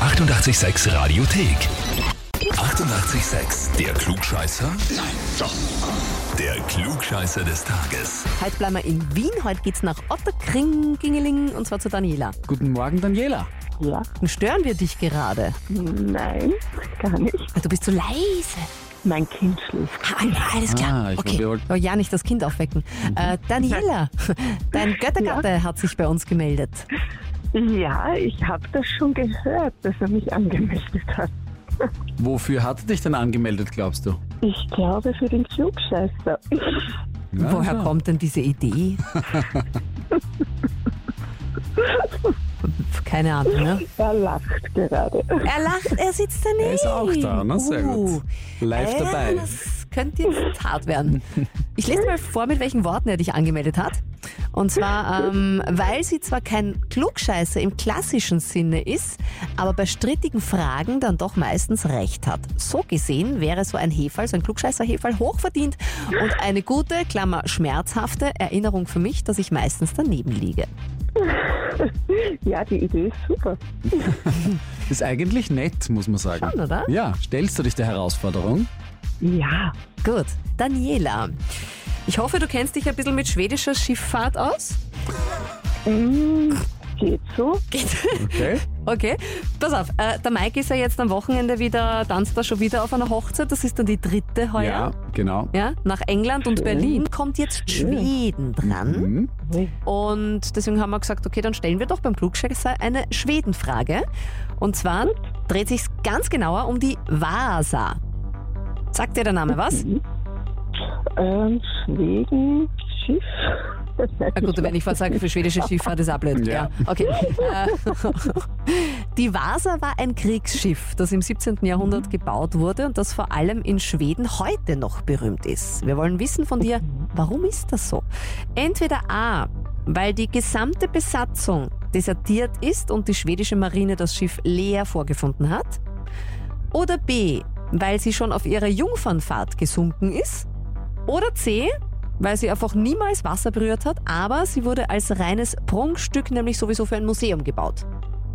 886 Radiothek. 88,6. Der Klugscheißer? Nein, doch. Der Klugscheißer des Tages. Heute bleiben wir in Wien. Heute geht's nach Otterkring, und zwar zu Daniela. Guten Morgen, Daniela. Ja, Stören wir dich gerade? nein, gar nicht. Du bist so leise. Mein Kind schläft. Alles klar. Ich Okay. glaub, wir wollten- Oh, ja, nicht das Kind aufwecken. Daniela, dein Göttergatte hat sich bei uns gemeldet. Ja, ich habe das schon gehört, dass er mich angemeldet hat. Wofür hat er dich denn angemeldet, glaubst du? Ich glaube für den Klugscheißer. Ja, Woher so. kommt denn diese Idee? Keine Ahnung, ne? Er lacht gerade. Er lacht, er sitzt daneben. Er ist auch da, ne? Sehr gut. Live dabei. Das könnte jetzt hart werden. Ich lese mal vor, mit welchen Worten er dich angemeldet hat. Und zwar, weil sie zwar kein Klugscheißer im klassischen Sinne ist, aber bei strittigen Fragen dann doch meistens recht hat. So gesehen wäre so ein Hefall, so ein Klugscheißer-Hefall hochverdient und eine gute, Klammer schmerzhafte Erinnerung für mich, dass ich meistens daneben liege. Ja, die Idee ist super. Ist eigentlich nett, muss man sagen. Schon, oder? Ja, stellst du dich der Herausforderung? Ja, Gut, Daniela. Ich hoffe, du kennst dich ein bisschen mit schwedischer Schifffahrt aus. geht so. Geht. Okay. Okay, pass auf. Der Mike ist ja jetzt am Wochenende wieder, tanzt da schon wieder auf einer Hochzeit. Das ist dann die dritte heuer. Ja, genau. Ja, nach England und Berlin kommt jetzt Schweden dran. Mhm. Und deswegen haben wir gesagt, okay, dann stellen wir doch beim Klugscheißer eine Schwedenfrage. Und zwar dreht sich ganz genauer um die Vasa. Sagt dir der Name was? Schweden, Schiff. Na gut, wenn ich was sage für schwedische Schifffahrt, ist auch blöd. Ja. Okay. Die Vasa war ein Kriegsschiff, das im 17. Jahrhundert gebaut wurde und das vor allem in Schweden heute noch berühmt ist. Wir wollen wissen von dir, warum ist das so? Entweder A, weil die gesamte Besatzung desertiert ist und die schwedische Marine das Schiff leer vorgefunden hat. Oder B, weil sie schon auf ihrer Jungfernfahrt gesunken ist. Oder C, weil sie einfach niemals Wasser berührt hat, aber sie wurde als reines Prunkstück, nämlich sowieso für ein Museum gebaut.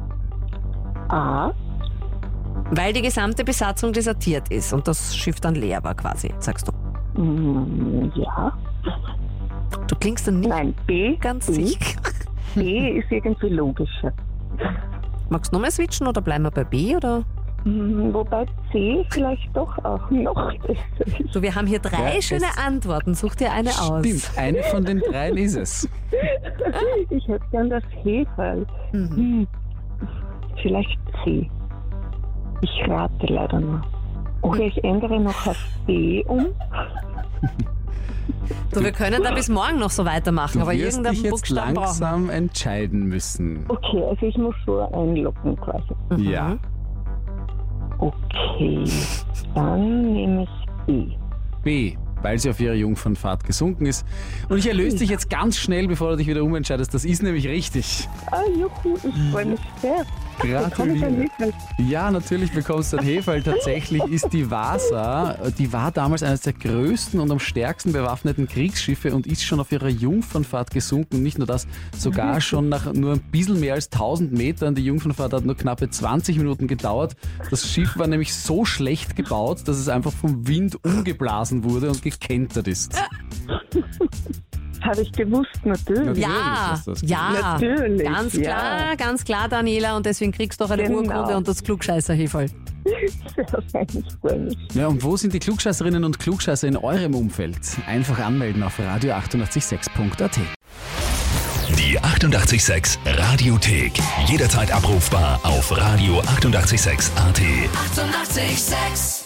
A. Weil die gesamte Besatzung desertiert ist und das Schiff dann leer war quasi, sagst du. Ja. Du klingst dann nicht Nein, B. ganz B. sicher. B ist irgendwie logischer. Magst du nochmal switchen oder bleiben wir bei B? Oder? Wobei C vielleicht doch auch noch besser ist. So, wir haben hier drei Ja, schöne Antworten. Such dir eine aus. Stimmt, eine von den dreien ist es. Ich hätte gern das Hefall. Vielleicht C. Ich rate leider noch. Okay, ich ändere noch auf B um. So, wir können da bis morgen noch so weitermachen, Du aber wirst dich irgendeinen jetzt Buchstaben brauchen langsam entscheiden müssen. Okay, also ich muss so einloggen quasi. wir. Ja. Okay, dann nehme ich B. B, weil sie auf ihrer Jungfernfahrt gesunken ist. Und ich erlöse dich jetzt ganz schnell, bevor du dich wieder umentscheidest. Das ist nämlich richtig. Ah, juhu, ich freue mich sehr. Gratuliere. Ja, natürlich bekommst du ein Hefall. Tatsächlich ist die Vasa, die war damals eines der größten und am stärksten bewaffneten Kriegsschiffe und ist schon auf ihrer Jungfernfahrt gesunken. Und nicht nur das, sogar schon nach nur ein bisschen mehr als 1000 Metern. Die Jungfernfahrt hat nur knappe 20 Minuten gedauert. Das Schiff war nämlich so schlecht gebaut, dass es einfach vom Wind umgeblasen wurde und gekentert ist. Habe ich gewusst, natürlich. Ja, hast du das ja, Natürlich, ganz klar, Daniela, und deswegen kriegst du auch eine Genau. Urkunde und das Klugscheißer-Hefall. Sehr fein, ich freue mich. Ja, und wo sind die Klugscheißerinnen und Klugscheißer in eurem Umfeld? Einfach anmelden auf radio886.at. Die 88,6 Radiothek. Jederzeit abrufbar auf radio886.at. 88,6. Eighty-eight, sex.